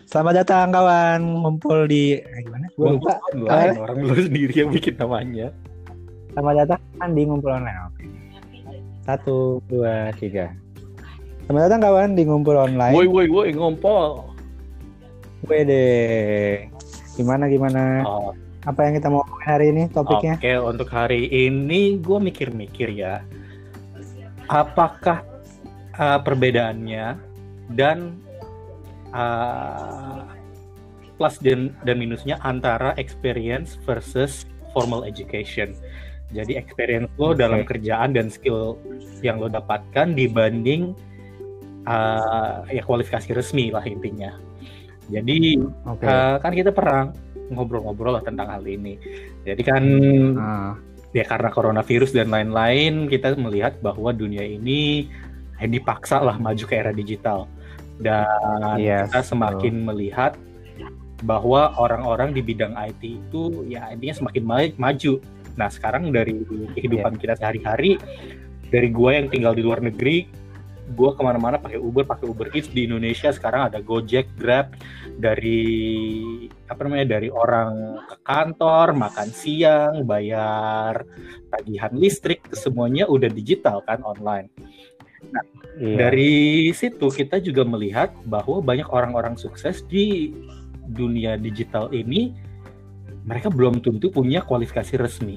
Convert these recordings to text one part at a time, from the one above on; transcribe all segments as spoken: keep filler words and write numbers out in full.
Selamat datang kawan, ngumpul di eh, gimana? Gue Ngumpul lupa. online, Eh, orang lu sendiri yang bikin namanya. selamat datang kan di ngumpul online. Oke. Satu, dua, tiga. Selamat datang kawan di ngumpul Woi online. woi woi ngompol. Gue deh. Gimana gimana? Oh, Apa yang kita mau ngomongin hari ini topiknya? Oke, untuk hari ini gue mikir-mikir ya, apakah uh, perbedaannya dan uh, plus dan, dan minusnya antara experience versus formal education. Jadi experience lo Oke. dalam kerjaan dan skill yang lo dapatkan dibanding uh, ya kualifikasi resmi lah intinya. Jadi Oke. uh, kan kita pernah ngobrol-ngobrol lah tentang hal ini. Jadi kan Ah, ya karena coronavirus dan lain-lain kita melihat bahwa dunia ini eh, dipaksa lah maju ke era digital. Dan yes, kita semakin betul. melihat bahwa orang-orang di bidang I T itu ya intinya semakin ma- maju. Nah sekarang dari kehidupan kita sehari-hari, dari gue yang tinggal di luar negeri, gue kemana-mana pakai Uber, pakai Uber Eats. Di Indonesia sekarang ada Gojek, Grab. Dari apa namanya, dari orang ke kantor, makan siang, bayar tagihan listrik, semuanya udah digital kan, online. Nah, Iya. dari situ kita juga melihat bahwa banyak orang-orang sukses di dunia digital ini, mereka belum tentu punya kualifikasi resmi.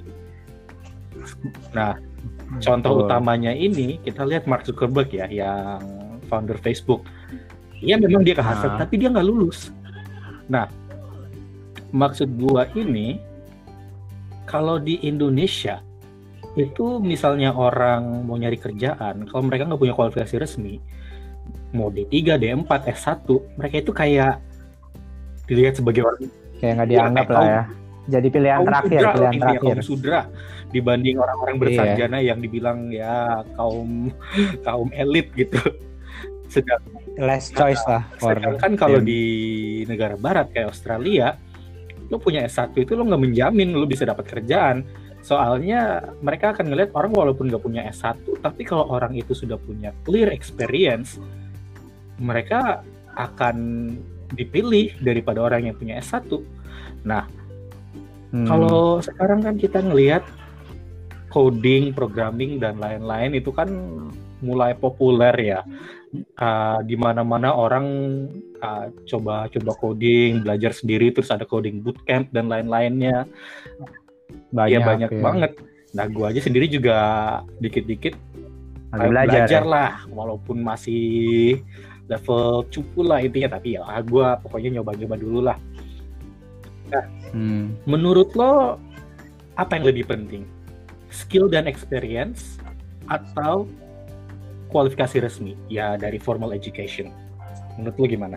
Nah, contoh Betul. utamanya ini kita lihat Mark Zuckerberg ya, yang founder Facebook. Iya memang dia ke Harvard, Ah. tapi dia nggak lulus. Nah, maksud gua ini, kalau di Indonesia itu misalnya orang mau nyari kerjaan, kalau mereka nggak punya kualifikasi resmi, mau D tiga, D empat, S satu, mereka itu kayak dilihat sebagai orang Kayak nggak dianggap ya, lah kaum, ya. Jadi pilihan kaum terakhir, sudra, pilihan intinya terakhir. kaum sudra dibanding orang-orang Iya. bersarjana yang dibilang ya kaum kaum elit gitu. Sedang, Less choice lah. for sedangkan kalau them. di negara barat kayak Australia, lo punya S satu itu lo nggak menjamin lo bisa dapat kerjaan. Soalnya mereka akan ngelihat orang walaupun nggak punya S satu, tapi kalau orang itu sudah punya clear experience, mereka akan dipilih daripada orang yang punya S satu. Nah, Hmm. kalau sekarang kan kita ngelihat coding, programming, dan lain-lain itu kan mulai populer ya. Uh, di mana-mana orang uh, coba-coba coding, belajar sendiri, terus ada coding bootcamp dan lain-lainnya. Banyak, ya banyak ya. banget. Nah, gue aja sendiri juga dikit-dikit Lagi uh, belajar, belajar ya? lah, walaupun masih level cupu lah intinya, tapi ya gue pokoknya nyoba-nyoba dulu lah. Nah, hmm. menurut lo apa yang lebih penting? Skill dan experience atau kualifikasi resmi ya dari formal education? Menurut lo gimana?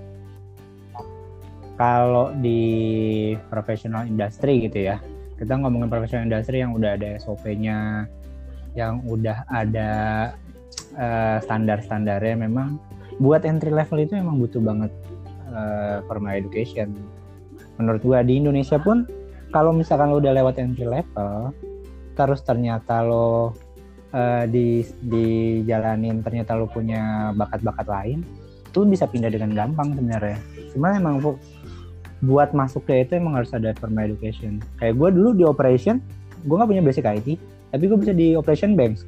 Kalau di professional industry gitu ya, kita ngomongin professional industry yang udah ada S O P-nya, yang udah ada uh, standar-standarnya, memang buat entry level itu memang butuh banget uh, formal education. Menurut gua di Indonesia pun kalau misalkan lo udah lewat entry level, terus ternyata lo uh, di dijalanin, ternyata lo punya bakat-bakat lain, itu bisa pindah dengan gampang sebenarnya. Cuma emang buat masuk ke itu emang harus ada formal education. Kayak gue dulu di operation, gue nggak punya basic I T, tapi gue bisa di operation bank.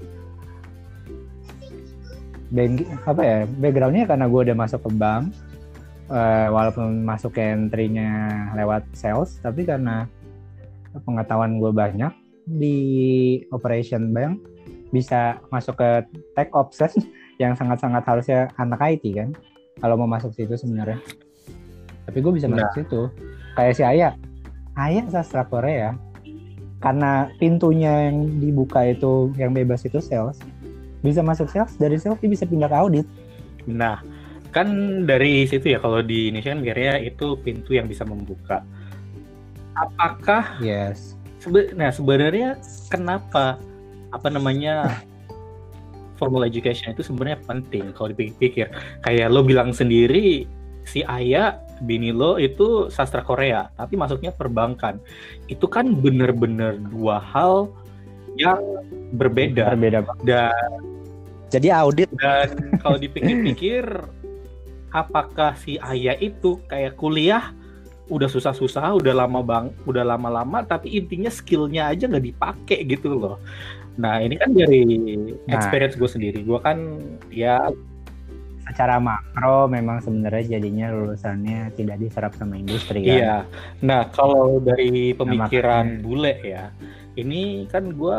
Bank apa ya? Backgroundnya karena gue udah masuk ke bank, uh, walaupun masuk ke entry-nya lewat sales, tapi karena pengetahuan gue banyak di operation bank, bisa masuk ke tech ops yang sangat-sangat harusnya anak I T kan, kalau mau masuk situ sebenarnya. Tapi gue bisa masuk nah. situ. Kayak si Aya, Aya sastra Korea, karena pintunya yang dibuka itu yang bebas itu sales, bisa masuk sales, dari sales dia bisa pindah ke audit. Nah, kan dari situ ya, kalau di Indonesia kan Korea itu pintu yang bisa membuka. Apakah yes. Sebe- nah sebenarnya kenapa apa namanya formal education itu sebenarnya penting kalau dipikir-pikir? Kayak lo bilang sendiri, si Aya bini lo itu sastra Korea tapi masuknya perbankan. Itu kan bener-bener dua hal yang berbeda. Berbeda. Dan jadi audit. Dan kalau dipikir-pikir apakah si Ayah itu kayak kuliah udah susah-susah, udah lama bang, udah lama-lama, tapi intinya skillnya aja nggak dipakai gitu loh. Nah ini kan dari Nah. experience gue sendiri, gue kan ya secara makro memang sebenarnya jadinya lulusannya tidak diserap sama industri kan. iya. Nah kalau dari pemikiran makanya- bule ya, ini kan gue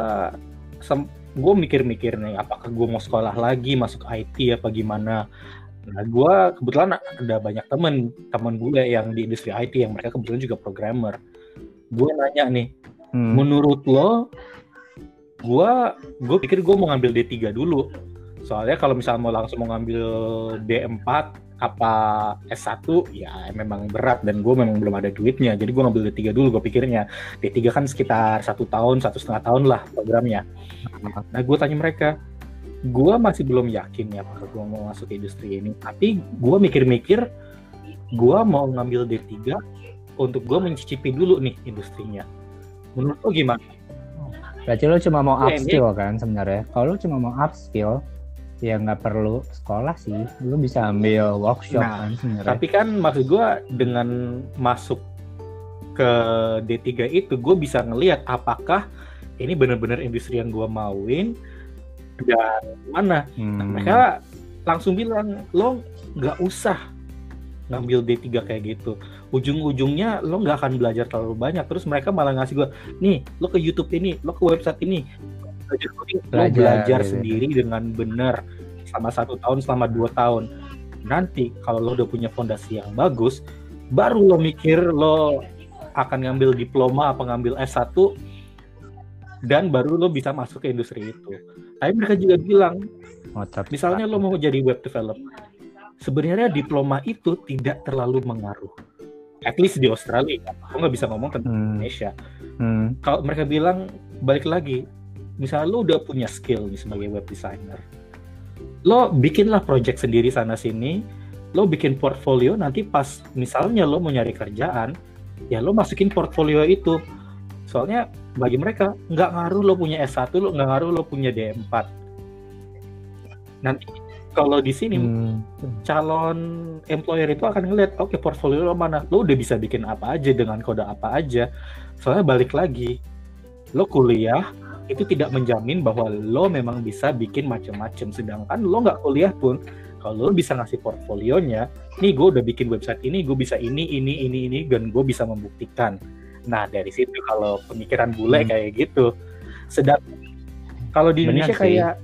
gue mikir-mikir nih, apakah gue mau sekolah lagi masuk I T apa gimana. Nah, gue kebetulan ada banyak temen teman bule yang di industri I T yang mereka kebetulan juga programmer. Gue nanya nih, hmm. menurut lo, gue gue pikir gue mau ngambil D tiga dulu. Soalnya kalau misalnya mau langsung mau ngambil D empat apa S satu ya memang berat dan gue memang belum ada duitnya. Jadi gue ngambil D tiga dulu, gue pikirnya D tiga kan sekitar satu tahun, satu setengah tahun lah programnya. Nah gue tanya mereka, gue masih belum yakin ya apakah gue mau masuk ke industri ini. Tapi gue mikir-mikir, gue mau ngambil D tiga untuk gue mencicipi dulu nih industrinya. Menurut lo gimana? Berarti lo cuma mau upskill kan sebenarnya. Kalau lo cuma mau upskill, ya nggak perlu sekolah sih. Lo bisa ambil workshop nah, kan sebenarnya. Tapi kan maksud gue dengan masuk ke D tiga itu, gue bisa ngelihat apakah ini benar-benar industri yang gue mauin dan mana. Hmm. Nah, mereka langsung bilang, lo nggak usah ngambil D tiga kayak gitu. Ujung-ujungnya lo nggak akan belajar terlalu banyak. Terus mereka malah ngasih gue, nih lo ke YouTube ini, lo ke website ini, belajar, lo belajar gitu. Sendiri dengan benar selama satu tahun, selama dua tahun. Nanti kalau lo udah punya fondasi yang bagus, baru lo mikir lo akan ngambil diploma apa ngambil S satu, dan baru lo bisa masuk ke industri itu. Tapi mereka juga bilang, oh, misalnya lo mau jadi web developer, sebenarnya diploma itu tidak terlalu mengaruh. At least di Australia, aku nggak bisa ngomong tentang hmm. Indonesia. Hmm. Kalau mereka bilang, balik lagi, misalnya lo udah punya skill nih sebagai web designer, lo bikinlah project sendiri sana-sini, lo bikin portfolio, nanti pas misalnya lo mau nyari kerjaan, ya lo masukin portfolio itu. Soalnya bagi mereka, nggak ngaruh lo punya S satu, lo nggak ngaruh lo punya D empat. Nanti kalau di sini hmm. calon employer itu akan ngeliat, oke okay, portfolio lo mana, lo udah bisa bikin apa aja dengan kode apa aja. Soalnya balik lagi, lo kuliah itu tidak menjamin bahwa lo memang bisa bikin macam-macam. Sedangkan lo nggak kuliah pun, kalau lo bisa ngasih portfolionya, nih gue udah bikin website ini, gue bisa ini, ini, ini, ini, dan gue bisa membuktikan. Nah dari situ kalau pemikiran bule hmm. kayak gitu. Sedang kalau di Indonesia kayak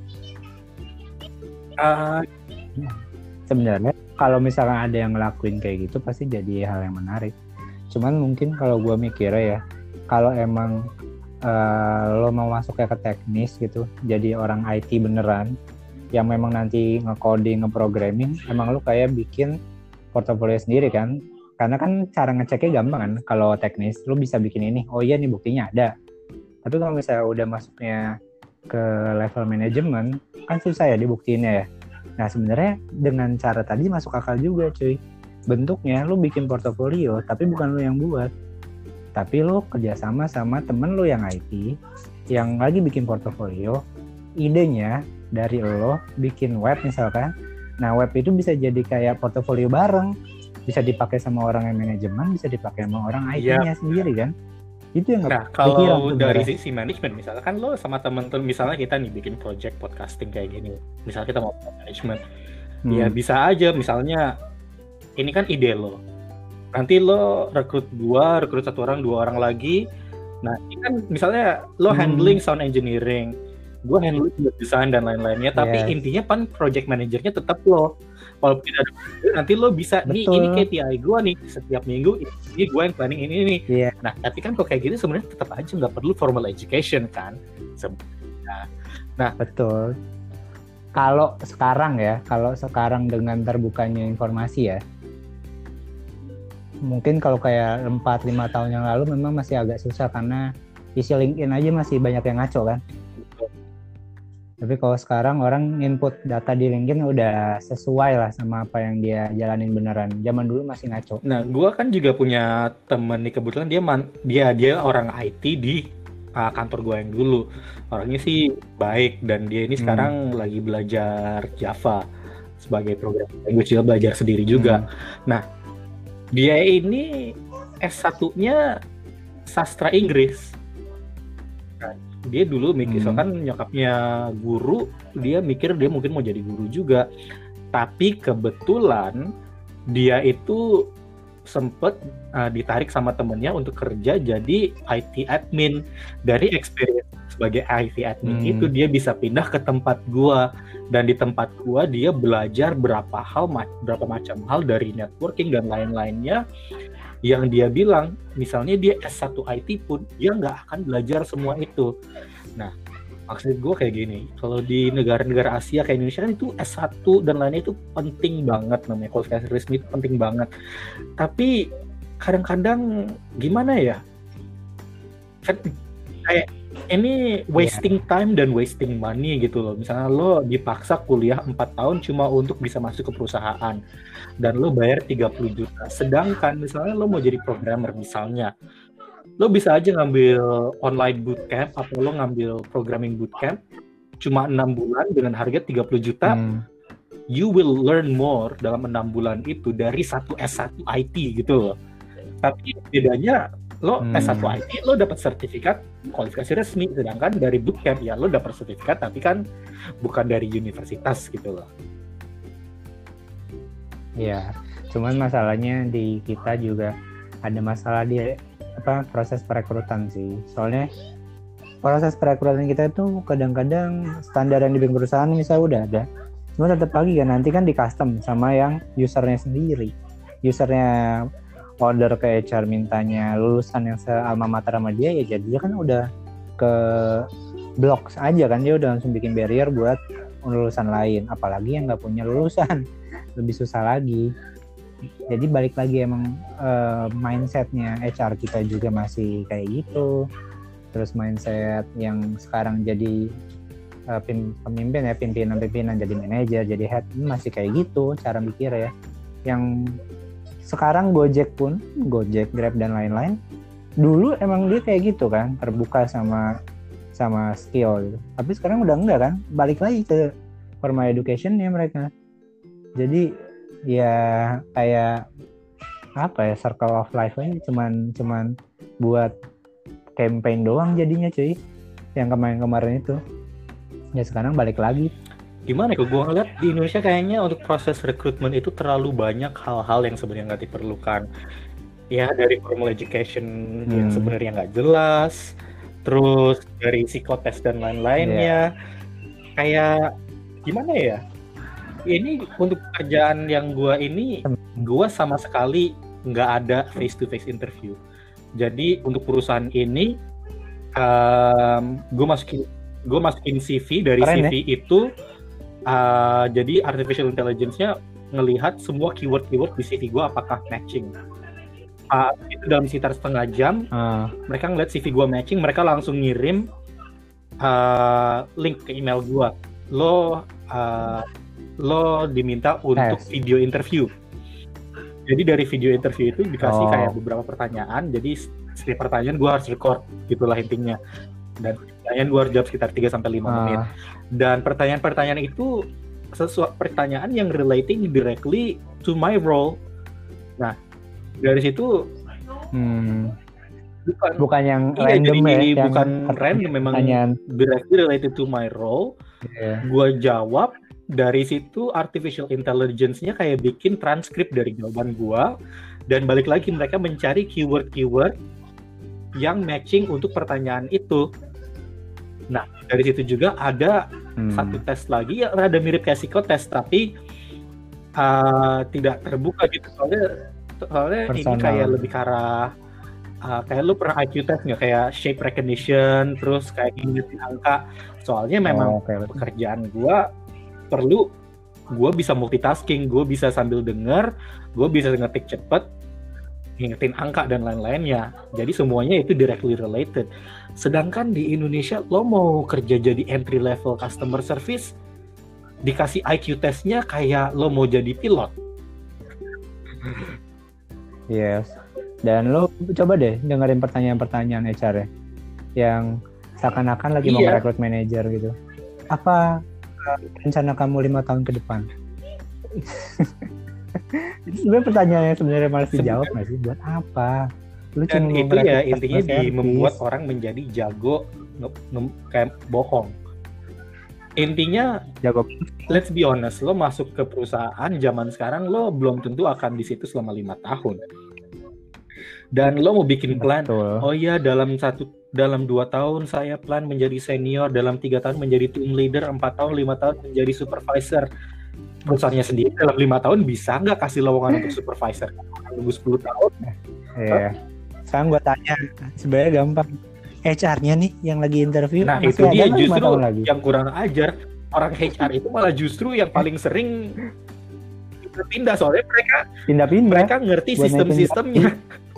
uh, sebenarnya kalau misalkan ada yang ngelakuin kayak gitu pasti jadi hal yang menarik. Cuman mungkin kalau gue mikirnya ya, kalau emang uh, lo mau masuk kayak ke teknis gitu, jadi orang I T beneran yang memang nanti nge-coding, nge-programming, emang lo kayak bikin portofolio sendiri kan. Karena kan cara ngeceknya gampang kan, kalau teknis lo bisa bikin ini, oh iya nih buktinya ada. Tapi kalau misalnya udah masuknya ke level manajemen, kan susah ya dibuktiinnya ya. Nah sebenarnya dengan cara tadi masuk akal juga cuy. Bentuknya lo bikin portofolio, tapi bukan lo yang buat. Tapi lo kerjasama sama temen lo yang I T, yang lagi bikin portofolio, idenya dari lo bikin web misalkan. Nah web itu bisa jadi kayak portofolio bareng. Bisa dipakai sama orang yang manajemen, bisa dipakai sama orang I T-nya yep. sendiri kan. Itu yang nah kalau dari sisi manajemen, misalnya kan lo sama temen-temen, misalnya kita nih bikin project podcasting kayak gini, misalnya kita mau management, hmm. ya bisa aja misalnya ini kan ide lo, nanti lo rekrut dua, rekrut satu orang, dua orang lagi, nah ini kan misalnya lo hmm. handling sound engineering, gue handling design dan lain-lainnya, tapi yes. intinya kan project manajernya tetap lo. Kalau tidak ada, nanti lo bisa nih ini K P I gue nih setiap minggu ini gue yang planning ini ini. Yeah. Nah tapi kan kok kayak gitu sebenarnya tetap aja nggak perlu formal education kan. Nah, nah betul. Kalau sekarang ya, kalau sekarang dengan terbukanya informasi ya, mungkin kalau kayak empat lima tahun yang lalu memang masih agak susah karena isi LinkedIn aja masih banyak yang ngaco kan. Tapi kalau sekarang orang input data di LinkedIn udah sesuai lah sama apa yang dia jalanin beneran. Zaman dulu masih ngaco. Nah, gue kan juga punya temen nih, kebetulan dia man, dia dia orang I T di uh, kantor gue yang dulu. Orangnya sih baik dan dia ini sekarang hmm. lagi belajar Java. sebagai program language, dia belajar sendiri juga. Hmm. Nah, dia ini S satu-nya sastra Inggris. Nah, dia dulu mikir, hmm. so kan nyokapnya guru, dia mikir dia mungkin mau jadi guru juga. Tapi kebetulan dia itu sempet uh, ditarik sama temennya untuk kerja jadi I T admin. Dari experience sebagai I T admin hmm. itu dia bisa pindah ke tempat gua, dan di tempat gua dia belajar berapa hal, berapa macam hal dari networking dan lain-lainnya, yang dia bilang misalnya dia S satu I T pun dia nggak akan belajar semua itu. Nah, maksud gue kayak gini, kalau di negara-negara Asia kayak Indonesia kan itu S satu dan lainnya itu penting banget, namanya kualifikasi resmi itu penting banget. Tapi kadang-kadang gimana ya, kan kayak ini wasting time dan wasting money gitu loh. Misalnya lo dipaksa kuliah empat tahun cuma untuk bisa masuk ke perusahaan dan lo bayar tiga puluh juta. Sedangkan misalnya lo mau jadi programmer misalnya, lo bisa aja ngambil online bootcamp atau lo ngambil programming bootcamp cuma enam bulan dengan harga tiga puluh juta. Hmm. You will learn more dalam enam bulan itu dari satu S satu I T gitu loh. Tapi bedanya lo hmm. S satu I T lo dapat sertifikat kualifikasi resmi, sedangkan dari bootcamp ya lo dapat sertifikat tapi kan bukan dari universitas gitu loh. Ya, cuman masalahnya di kita juga ada masalah di apa proses perekrutan sih. Soalnya proses perekrutan kita itu kadang-kadang standar yang dibikin perusahaan misalnya udah ada, cuma tetap lagi kan nanti kan di custom sama yang usernya sendiri. Usernya order ke H R mintanya lulusan yang se-alma mater sama dia, ya jadinya kan udah ke blok aja kan, dia udah langsung bikin barrier buat lulusan lain, apalagi yang nggak punya lulusan lebih susah lagi. Jadi balik lagi emang uh, mindsetnya H R kita juga masih kayak gitu. Terus mindset yang sekarang jadi uh, pemimpin ya, pimpinan-pimpinan jadi manajer, jadi head, masih kayak gitu cara mikir ya. Yang sekarang Gojek pun, Gojek, Grab dan lain-lain, dulu emang dia kayak gitu kan, terbuka sama sama skill gitu. Tapi sekarang udah enggak kan, balik lagi ke formal education-nya mereka. Jadi ya kayak apa ya, circle of life aja, cuman cuman buat campaign doang jadinya cuy, yang kemarin-kemarin itu. Ya sekarang balik lagi. Gimana ya, gue ngeliat di Indonesia kayaknya untuk proses rekrutmen itu terlalu banyak hal-hal yang sebenarnya nggak diperlukan. Ya dari formal education hmm. yang sebenarnya nggak jelas, terus dari psikotes dan lain-lainnya. Yeah. Kayak gimana ya? Ini untuk kerjaan yang gue ini, gue sama sekali nggak ada face-to-face interview. Jadi untuk perusahaan ini, um, gue masukin gue masukin C V, dari Keren, C V ya? Itu uh, jadi artificial intelligence-nya ngelihat semua keyword-keyword di C V gue apakah matching. Uh, itu dalam sekitar setengah jam, uh. mereka ngeliat C V gue matching, mereka langsung ngirim uh, link ke email gue. Lo uh, lo diminta untuk yes. video interview. Jadi dari video interview itu dikasih oh. kayak beberapa pertanyaan. Jadi setiap pertanyaan gue harus record, gitulah intinya. Dan pertanyaan gue harus jawab sekitar tiga sampai lima uh. menit. Dan pertanyaan-pertanyaan itu sesuatu pertanyaan yang relating directly to my role. Nah, dari situ hmm. bukan bukan yang iya, random jadi, ya, bukan yang random, memang pertanyaan. Directly related to my role. Yeah. Gue jawab. Dari situ artificial intelligence-nya kayak bikin transkrip dari jawaban gua, dan balik lagi mereka mencari keyword-keyword yang matching untuk pertanyaan itu. Nah, dari situ juga ada hmm. satu tes lagi yang rada mirip kayak psikotes, tapi uh, tidak terbuka gitu. Soalnya, soalnya ini kayak lebih ke arah uh, kayak lu pernah I Q test nggak, kayak shape recognition, terus kayak ingetin angka. Soalnya memang oh, okay. pekerjaan gua perlu gue bisa multitasking, gue bisa sambil denger, gue bisa ngetik cepet, ngingetin angka dan lain-lainnya. Jadi semuanya itu directly related. Sedangkan di Indonesia lo mau kerja jadi entry level customer service, dikasih I Q testnya kayak lo mau jadi pilot. Yes. Dan lo coba deh dengerin pertanyaan-pertanyaan H R ya, yang seakan-akan lagi iya. mau merekrut manajer gitu. Apa rencana kamu lima tahun ke depan? Itu sebenarnya pertanyaan yang sebenarnya malas dijawab nggak sih? Buat apa? Lu Dan cuma itu ya intinya di service. membuat orang menjadi jago nge, nge, kayak bohong. Intinya Jago. let's be honest, lo masuk ke perusahaan zaman sekarang lo belum tentu akan di situ selama lima tahun. Dan lo mau bikin plan, Betul. oh iya dalam satu dalam dua tahun saya plan menjadi senior, dalam tiga tahun menjadi team leader, empat tahun, lima tahun menjadi supervisor. Perusahaannya sendiri dalam lima tahun bisa nggak kasih lowongan untuk supervisor? Tunggu sepuluh tahun. Iya. Sekarang gue tanya, sebenarnya gampang. H R-nya nih yang lagi interview. Nah itu dia justru yang kurang ajar. Orang H R itu malah justru yang paling sering pindah, soalnya mereka pindah-pindah. Mereka ngerti sistem-sistemnya.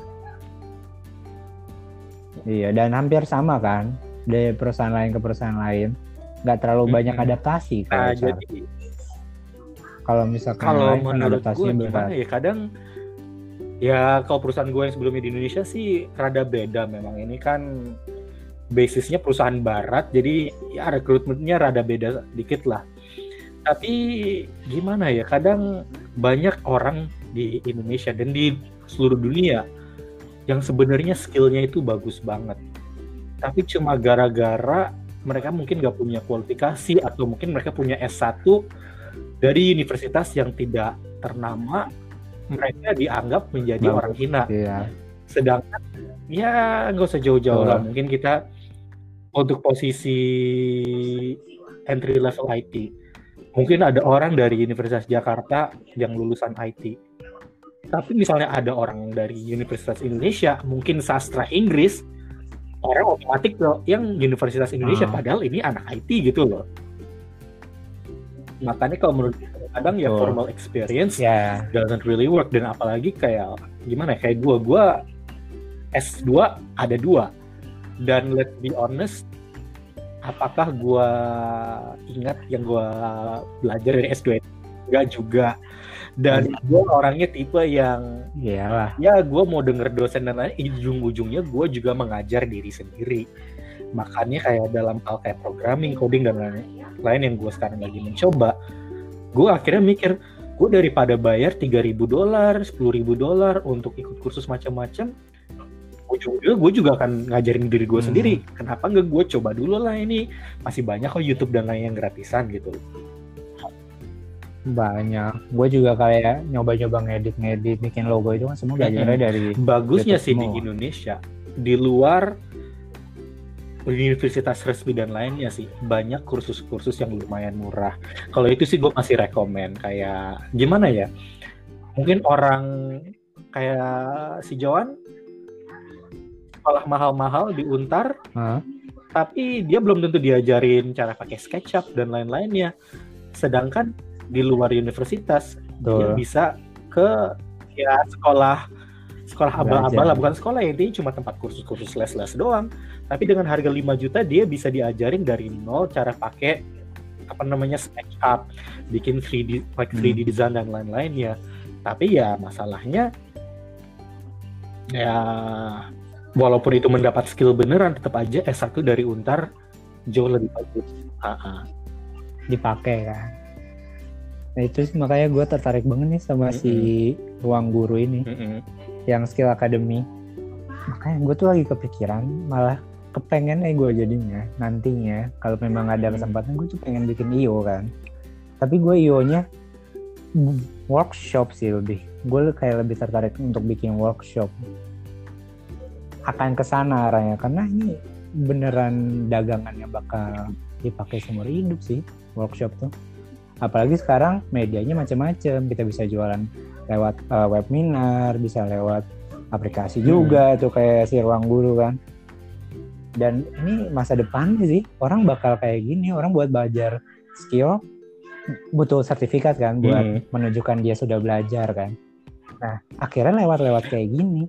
Iya, dan hampir sama kan dari perusahaan lain ke perusahaan lain, nggak terlalu hmm. banyak adaptasi. Nah, jadi kalau misalkan kalau lain, menurut gue gimana ya, kadang ya kalau perusahaan gue yang sebelumnya di Indonesia sih rada beda. Memang ini kan basisnya perusahaan barat, jadi ya rekrutmennya rada beda dikit lah. Tapi gimana ya, kadang banyak orang di Indonesia dan di seluruh dunia yang sebenarnya skillnya itu bagus banget, tapi cuma gara-gara mereka mungkin nggak punya kualifikasi atau mungkin mereka punya S satu dari universitas yang tidak ternama, mereka dianggap menjadi bagus, orang hina. Iya. Sedangkan ya nggak usah jauh-jauh lah, mungkin kita untuk posisi entry level I T, mungkin ada orang dari Universitas Jakarta yang lulusan I T. Tapi misalnya ada orang dari Universitas Indonesia, mungkin sastra Inggris, orang otomatis loh yang Universitas Indonesia, hmm. padahal ini anak I T gitu loh. Makanya kalau menurut kadang ya oh. formal experience yeah. doesn't really work. Dan apalagi kayak gimana ya, kayak gue, gue S dua ada dua. Dan let's be honest, apakah gue ingat yang gue belajar dari S dua itu? Enggak juga. Dan gue orangnya tipe yang Iyalah. ya gue mau denger dosen dan lain, ujung-ujungnya gue juga mengajar diri sendiri. Makanya kayak dalam hal kayak programming, coding dan lain-lain yang gue sekarang lagi mencoba, gue akhirnya mikir, gue daripada bayar tiga ribu dolar, sepuluh ribu dolar untuk ikut kursus macam-macam, ujung-ujungnya gue juga akan ngajarin diri gue hmm. sendiri. Kenapa nggak gue coba dulu lah, ini masih banyak kok YouTube dan lain yang gratisan gitu. Banyak, gue juga kayak nyoba-nyoba ngedit-ngedit, bikin logo itu kan semua belajarnya mm-hmm. dari bagusnya sih semua. Di Indonesia, di luar universitas resmi dan lainnya sih banyak kursus-kursus yang lumayan murah. Kalau itu sih gue masih rekomen. Kayak gimana ya, mungkin orang kayak si Joan sekolah mahal-mahal di Untar, huh? tapi dia belum tentu diajarin cara pakai SketchUp dan lain-lainnya. Sedangkan di luar universitas Duh. dia bisa ke ya sekolah sekolah abal-abal lah, bukan sekolah ya, intinya cuma tempat kursus-kursus les-les doang, tapi dengan harga lima juta dia bisa diajarin dari nol cara pakai apa namanya SketchUp, bikin three D like three D hmm. design dan lain-lainnya. Tapi ya masalahnya ya walaupun itu mendapat skill beneran, tetap aja S satu dari Untar jauh lebih bagus. Uh-uh. Dipakai kan. Nah itu sih makanya gue tertarik banget nih sama mm-hmm. si ruang guru ini, mm-hmm. yang skill academy. Makanya gue tuh lagi kepikiran, malah kepengen eh gue jadinya nantinya kalau memang ada kesempatan, gue tuh pengen bikin I O kan. Tapi gue I O-nya workshop sih lebih. Gue kayak lebih tertarik untuk bikin workshop. Akan kesana arahnya, karena ini beneran dagangannya bakal dipakai seumur hidup sih workshop tuh. Apalagi sekarang medianya macam-macam, kita bisa jualan lewat uh, webinar, bisa lewat aplikasi juga hmm. tuh kayak si ruang guru kan. Dan ini masa depannya sih, orang bakal kayak gini, orang buat belajar skill butuh sertifikat kan buat hmm. menunjukkan dia sudah belajar kan. Nah akhirnya lewat-lewat kayak gini,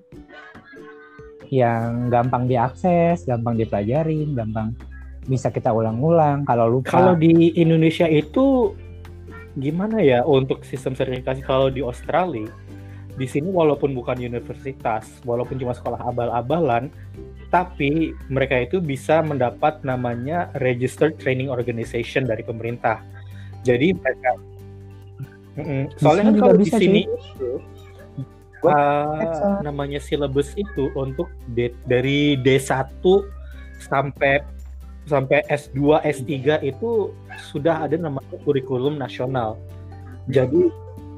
yang gampang diakses, gampang dipelajarin, gampang bisa kita ulang-ulang kalau lupa. Kalau di Indonesia itu gimana ya untuk sistem sertifikasi? Kalau di Australia, di sini walaupun bukan universitas, walaupun cuma sekolah abal-abalan, tapi mereka itu bisa mendapat namanya Registered Training Organization dari pemerintah. Jadi mereka Mm-mm. Soalnya kan juga kalau di bisa sini cuy. uh, namanya syllabus itu untuk D, dari D satu sampai sampai S dua, S tiga itu sudah ada namanya kurikulum nasional. Jadi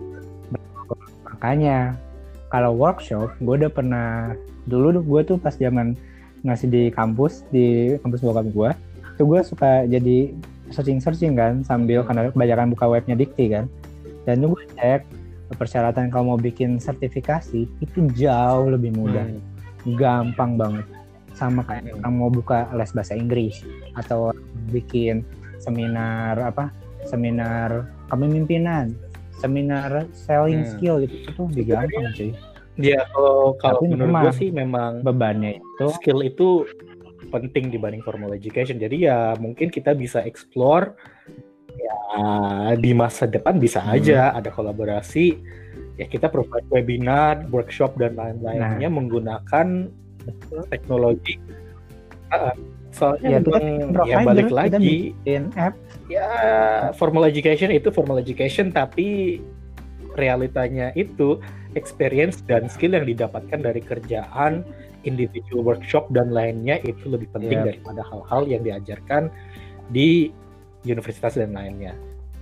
makanya kalau workshop, gue udah pernah dulu gue tuh pas zaman ngasih di kampus di kampus bokap gue, tuh gue suka jadi searching-searching kan sambil karena kebanyakan buka webnya Dikti kan, dan tuh gue cek persyaratan kalau mau bikin sertifikasi itu jauh lebih mudah, hmm. gampang banget, sama kayak orang mau buka les bahasa Inggris atau bikin seminar apa seminar kepemimpinan, seminar selling hmm. skill itu tuh lebih gampang cuy. Ya kalau kalau menurut gue sih memang bebannya itu skill itu penting dibanding formal education. Jadi ya mungkin kita bisa explore ya di masa depan bisa hmm. aja ada kolaborasi ya, kita provide webinar, workshop dan lain-lainnya nah. menggunakan teknologi. Uh, soalnya ya, memang ya balik lagi app. Ya formal education itu formal education tapi realitanya itu experience dan skill yang didapatkan dari kerjaan, individual workshop dan lainnya itu lebih penting yeah. daripada hal-hal yang diajarkan di universitas dan lainnya.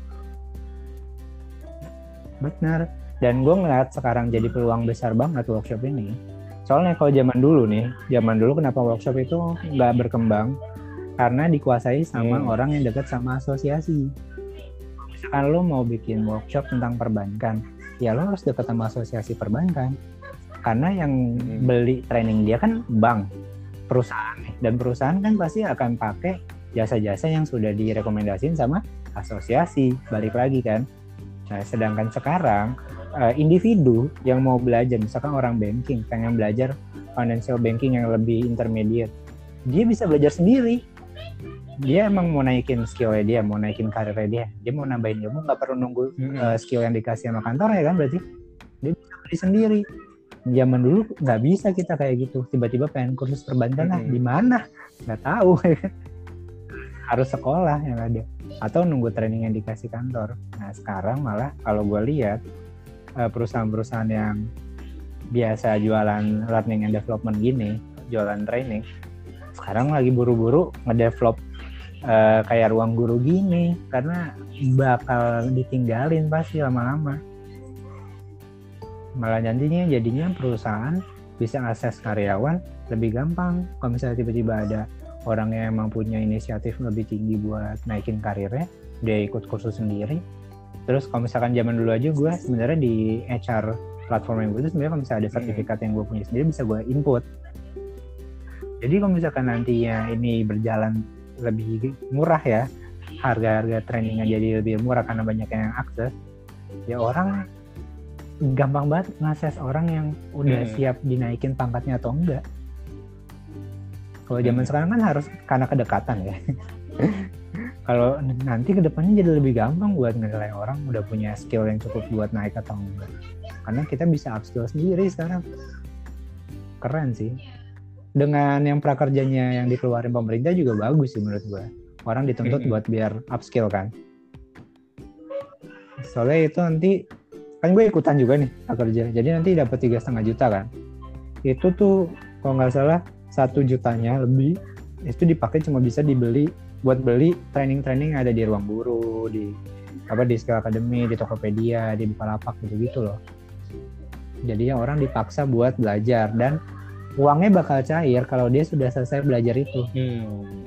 Benar. Dan gue ngeliat sekarang jadi peluang besar banget workshop ini. Soalnya kalau zaman dulu nih, zaman dulu kenapa workshop itu nggak berkembang? Karena dikuasai sama hmm. orang yang dekat sama asosiasi. Misalkan lo mau bikin workshop tentang perbankan, ya lo harus dekat sama asosiasi perbankan. Karena yang hmm. beli training dia kan bank, perusahaan. Dan perusahaan kan pasti akan pakai jasa-jasa yang sudah direkomendasiin sama asosiasi. Balik lagi kan. Nah, sedangkan sekarang uh, individu yang mau belajar, misalkan orang banking pengen belajar financial banking yang lebih intermediate, dia bisa belajar sendiri. Dia emang mau naikin skillnya dia, mau naikin karirnya dia, dia mau nambahin ilmu, nggak perlu nunggu hmm. uh, skill yang dikasih sama kantor ya kan, berarti dia bisa beli sendiri. Zaman dulu nggak bisa kita kayak gitu, tiba-tiba pengen kursus perbankan lah, hmm. di mana? Nggak tahu, harus sekolah yang ada, atau nunggu training yang dikasih kantor. Nah sekarang malah kalau gue lihat uh, perusahaan-perusahaan yang biasa jualan learning and development gini, jualan training, sekarang lagi buru-buru ngedevelop Uh, kayak ruang guru gini, karena bakal ditinggalin pasti lama-lama. Malah nantinya jadinya perusahaan bisa akses karyawan lebih gampang. Kalau misalnya tiba-tiba ada orang yang emang punya inisiatif lebih tinggi buat naikin karirnya, dia ikut kursus sendiri. Terus kalau misalkan zaman dulu aja gue sebenarnya di H R platform yang gue itu sebenarnya kalau misalnya ada sertifikat yang gue punya sendiri bisa gue input. Jadi kalau misalkan nantinya ini berjalan lebih murah ya, harga-harga trainingnya jadi lebih murah karena banyak yang akses, ya orang gampang banget ngakses orang yang udah hmm. siap dinaikin pangkatnya atau enggak. Kalau zaman hmm. sekarang kan harus karena kedekatan ya. Kalau nanti kedepannya jadi lebih gampang buat nilai orang udah punya skill yang cukup buat naik atau enggak, karena kita bisa upskill sendiri sekarang. Keren sih. Dengan yang prakerjanya yang dikeluarin pemerintah juga bagus sih menurut gue. Orang dituntut mm-hmm. buat biar upskill kan. Soalnya itu nanti kan gue ikutan juga nih prakerja. Jadi nanti dapat tiga setengah juta kan. Itu tuh kalau nggak salah satu jutanya lebih itu dipakai cuma bisa dibeli buat beli training-training yang ada di Ruang Guru, di apa di Skill Academy, di Tokopedia, di Bukalapak gitu-gitu loh. Jadi ya orang dipaksa buat belajar dan uangnya bakal cair kalau dia sudah selesai belajar itu. Hmm.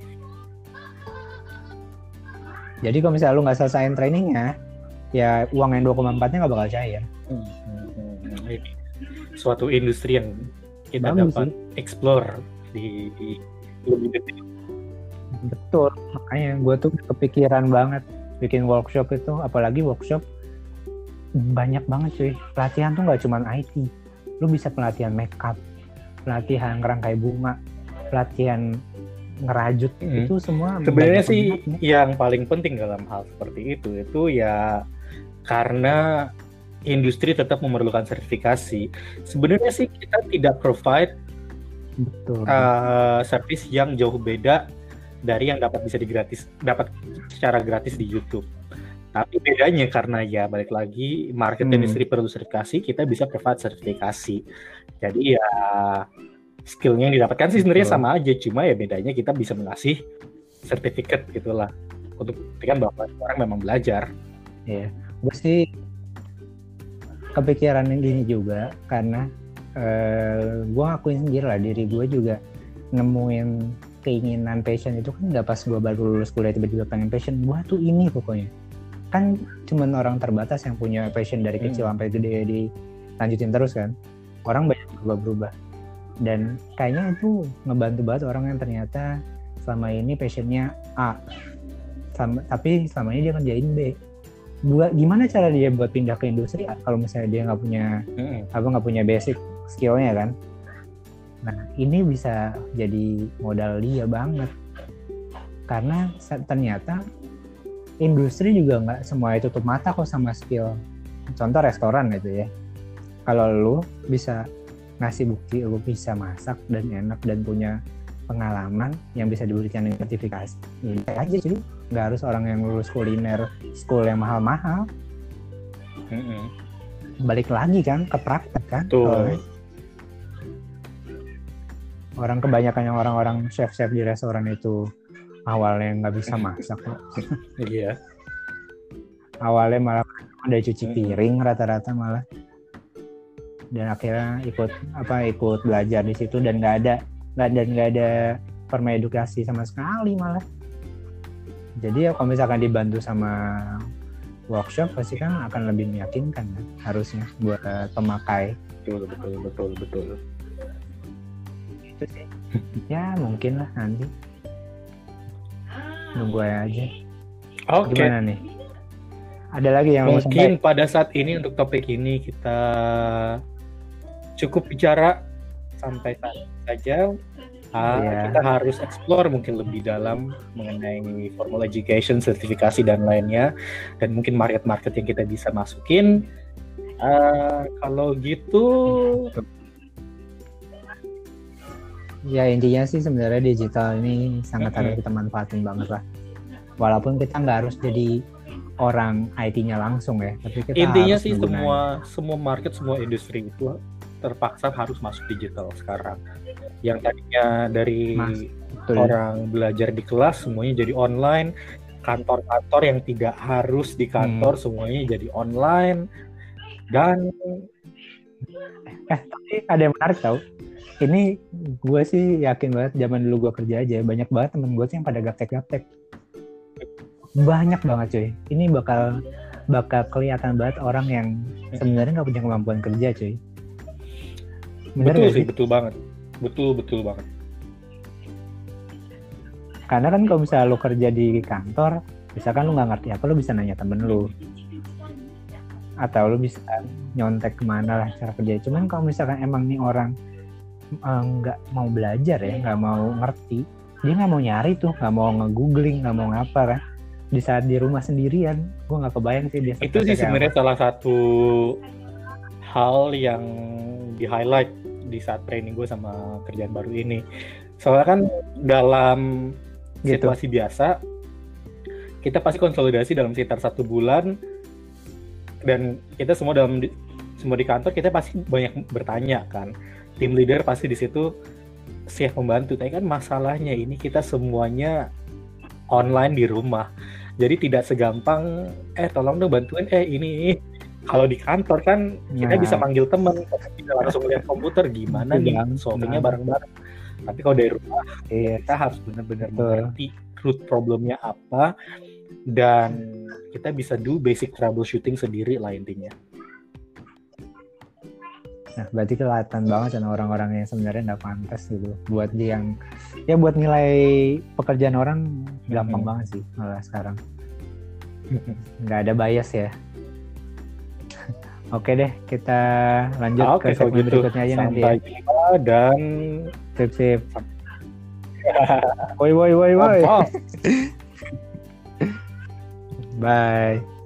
Jadi kalau misalnya lu nggak selesaiin trainingnya, ya uang yang dua koma empat-nya nggak bakal cair. Hmm. Hmm. Ini suatu industri yang kita bagus dapat sih explore di, di lebih detail. Betul, makanya gue tuh kepikiran banget bikin workshop itu, apalagi workshop banyak banget cuy. Pelatihan tuh nggak cuma I T, lu bisa pelatihan makeup, pelatihan ngerangkai bunga, pelatihan ngerajut, hmm. itu semua sebenarnya sih banget, yang paling penting dalam hal seperti itu itu ya karena industri tetap memerlukan sertifikasi. Sebenarnya sih kita tidak provide betul uh, service yang jauh beda dari yang dapat bisa digratis dapat secara gratis di YouTube. Tapi bedanya karena ya balik lagi market Hmm. industri perlu sertifikasi, kita bisa provide sertifikasi. Jadi ya skillnya yang didapatkan sih sebenarnya Betul. sama aja, cuma ya bedanya kita bisa mengasih sertifikat gitulah untuk buktikan bahwa orang memang belajar. Iya, gue sih kepikiran yang gini juga karena uh, gue ngakuin sendiri lah, diri gue juga nemuin keinginan passion itu kan nggak pas gue baru lulus kuliah tiba-tiba pengen passion gue tuh ini pokoknya. Kan cuman orang terbatas yang punya passion dari kecil hmm. sampai gede dilanjutin terus kan. Orang banyak berubah-berubah. Dan kayaknya itu ngebantu banget orang yang ternyata selama ini passionnya A, sama, tapi selama ini dia ngerjain B. Buat gimana cara dia buat pindah ke industri A kalau misalnya dia nggak punya hmm. apa nggak punya basic skillnya kan? Nah ini bisa jadi modal dia banget karena ternyata industri juga nggak semua itu tutup mata kok sama skill. Contoh restoran gitu ya. Kalau lu bisa ngasih bukti lu bisa masak dan enak dan punya pengalaman yang bisa diberikan dengan sertifikasi, ya aja jadi nggak harus orang yang lulus kuliner school yang mahal-mahal. Mm-hmm. Balik lagi kan ke praktek kan. Tuh. Orang kebanyakan yang orang-orang chef-chef di restoran itu awalnya nggak bisa masak kok. Iya. Awalnya malah ada cuci piring rata-rata malah. Dan akhirnya ikut apa ikut belajar di situ dan nggak ada nggak dan nggak ada permedukasi sama sekali malah. Jadi ya kalau misalkan dibantu sama workshop pasti kan akan lebih meyakinkan kan harusnya buat pemakai. Betul betul betul betul. Itu sih. Ya mungkin lah nanti. Nunggu aja. Oke. Okay. Gimana nih? Ada lagi yang mungkin pada saat ini untuk topik ini kita cukup bicara sampai saja. Ah, yeah. Kita harus explore mungkin lebih dalam mengenai formal education, sertifikasi dan lainnya, dan mungkin market-market yang kita bisa masukin. Uh, kalau gitu, ya intinya sih sebenarnya digital ini sangat mm-hmm. harus kita manfaatin banget lah. Walaupun kita nggak harus jadi orang I T-nya langsung ya, tapi kita intinya harus sih menggunakan. semua semua market, semua industri itu terpaksa harus masuk digital sekarang. Yang tadinya dari Mas, orang belajar di kelas semuanya jadi online, kantor-kantor yang tidak harus di kantor hmm. semuanya jadi online, dan eh tapi ada yang menarik tau. Ini gue sih yakin banget zaman dulu gue kerja aja banyak banget temen gue sih yang pada gaptek-gaptek. Banyak banget cuy. Ini bakal bakal kelihatan banget orang yang sebenarnya nggak punya kemampuan kerja cuy. Bener betul sih, sih, betul banget. Betul, betul banget. Karena kan kalau misalnya lo kerja di kantor, misalkan lo nggak ngerti apa, lo bisa nanya temen lo. Atau lo bisa nyontek kemana lah cara kerja. Cuman kalau misalkan emang nih orang nggak uh, mau belajar ya, nggak mau ngerti, dia nggak mau nyari tuh, nggak mau nge-googling, nggak mau ngapa kan. Di saat di rumah sendirian, gue nggak kebayang sih dia. Itu sih sebenarnya salah satu hal yang di-highlight di saat training gue sama kerjaan baru ini. Soalnya kan dalam gitu. Situasi biasa kita pasti konsolidasi dalam sekitar satu bulan, dan kita semua dalam di, semua di kantor kita pasti banyak bertanya kan. Tim leader pasti di situ siap membantu. Tapi kan masalahnya ini kita semuanya online di rumah, jadi tidak segampang eh tolong dong bantuin eh ini. Kalau di kantor kan kita nah. bisa panggil teman, kita langsung lihat komputer gimana nih solvingnya bareng-bareng. Tapi kalau dari rumah iya. kita harus benar-benar mengerti root problemnya apa, dan kita bisa do basic troubleshooting sendiri lah intinya. Nah berarti kelihatan banget kan orang-orang yang sebenarnya nggak pantas gitu buat dia yang ya buat nilai pekerjaan orang gampang hmm. banget sih malah sekarang. Nggak ada bias ya. Oke deh, kita lanjut Oke, ke segmen gitu. Berikutnya aja nanti ya. Dan sip-sip. Woi woi woi woi. Bye.